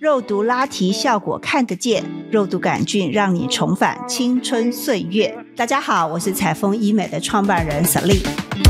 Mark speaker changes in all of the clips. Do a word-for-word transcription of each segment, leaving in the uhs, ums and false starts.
Speaker 1: 肉毒拉提效果看得见，肉毒杆菌让你重返青春岁月。大家好，我是彩丰医美的创办人 Celine。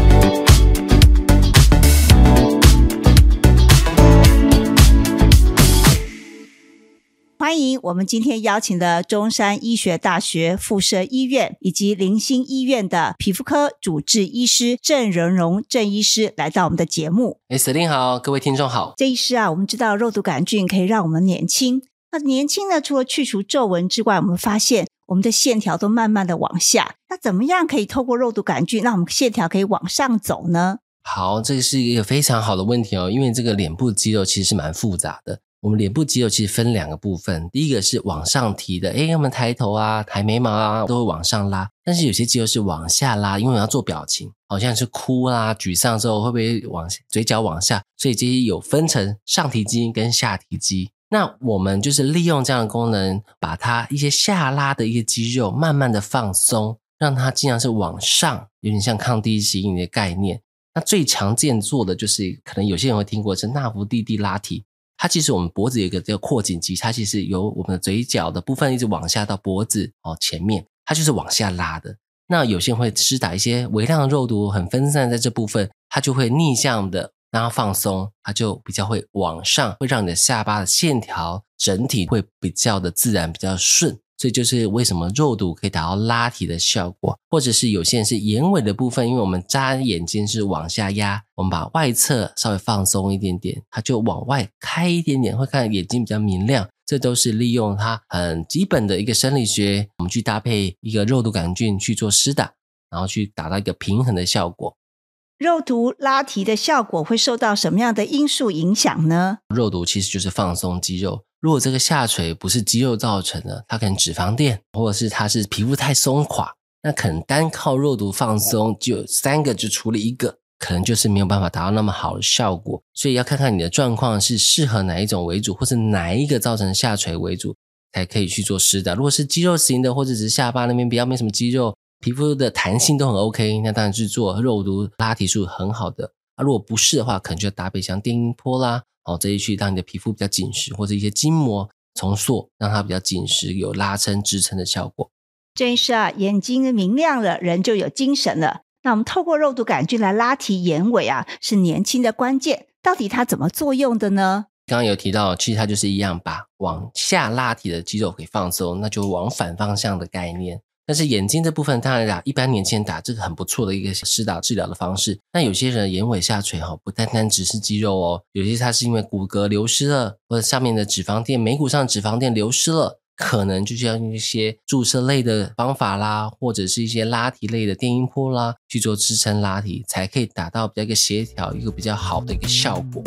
Speaker 1: 欢迎我们今天邀请的中山医学大学附设医院以及林新医院的皮肤科主治医师郑仁荣郑医师来到我们的节目。
Speaker 2: 哎 ，Celine 好，各位听众好。
Speaker 1: 郑医师啊，我们知道肉毒杆菌可以让我们年轻，那年轻呢，除了去除皱纹之外，我们发现我们的线条都慢慢的往下，那怎么样可以透过肉毒杆菌让我们线条可以往上走呢？
Speaker 2: 好，这是一个非常好的问题哦，因为这个脸部肌肉其实是蛮复杂的。我们脸部肌肉其实分两个部分，第一个是往上提的，诶我们抬头啊抬眉毛啊都会往上拉，但是有些肌肉是往下拉，因为我们要做表情，好像是哭啦沮丧之后会不会往嘴角往下，所以这些有分成上提肌跟下提肌。那我们就是利用这样的功能，把它一些下拉的一些肌肉慢慢的放松，让它尽量是往上，有点像抗低吸引的概念。那最常见做的就是可能有些人会听过是纳福蒂蒂拉提，它其实我们脖子有一个叫扩颈肌，它其实由我们的嘴角的部分一直往下到脖子哦前面，它就是往下拉的。那有些人会施打一些微量的肉毒，很分散在这部分，它就会逆向的让它放松，它就比较会往上，会让你的下巴的线条整体会比较的自然，比较顺。所以就是为什么肉毒可以达到拉提的效果，或者是有些人是眼尾的部分，因为我们眨眼睛是往下压，我们把外侧稍微放松一点点，它就往外开一点点，会看眼睛比较明亮。这都是利用它很基本的一个生理学，我们去搭配一个肉毒杆菌去做施打，然后去达到一个平衡的效果。
Speaker 1: 肉毒拉提的效果会受到什么样的因素影响呢？
Speaker 2: 肉毒其实就是放松肌肉，如果这个下垂不是肌肉造成的，它可能脂肪垫，或者是它是皮肤太松垮，那可能单靠肉毒放松就三个就处理一个，可能就是没有办法达到那么好的效果。所以要看看你的状况是适合哪一种为主，或是哪一个造成下垂为主，才可以去做施打。如果是肌肉型的，或者只是下巴那边比较没什么肌肉，皮肤的弹性都很 OK， 那当然是做肉毒拉提是很好的。啊，如果不是的话，可能就要搭配像电音波啦，哦，这一去让你的皮肤比较紧实，或者一些筋膜重塑，让它比较紧实，有拉伸支撑的效果。
Speaker 1: 郑医师啊，眼睛明亮了，人就有精神了。那我们透过肉毒杆菌来拉提眼尾啊，是年轻的关键。到底它怎么作用的呢？
Speaker 2: 刚刚有提到，其实它就是一样，把往下拉提的肌肉给放松，那就往反方向的概念。但是眼睛这部分当然打一般年轻人打这个很不错的一个施打治疗的方式。那有些人眼尾下垂不单单只是肌肉哦，有些它是因为骨骼流失了，或者上面的脂肪垫眉骨上的脂肪垫流失了，可能就需要用一些注射类的方法啦，或者是一些拉提类的电音波啦去做支撑拉提，才可以达到比较一个协调，一个比较好的一个效果。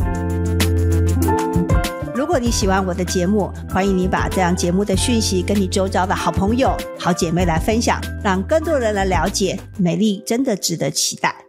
Speaker 1: 如果你喜欢我的节目，欢迎你把这样节目的讯息跟你周遭的好朋友好姐妹来分享，让更多人来了解美丽真的值得期待。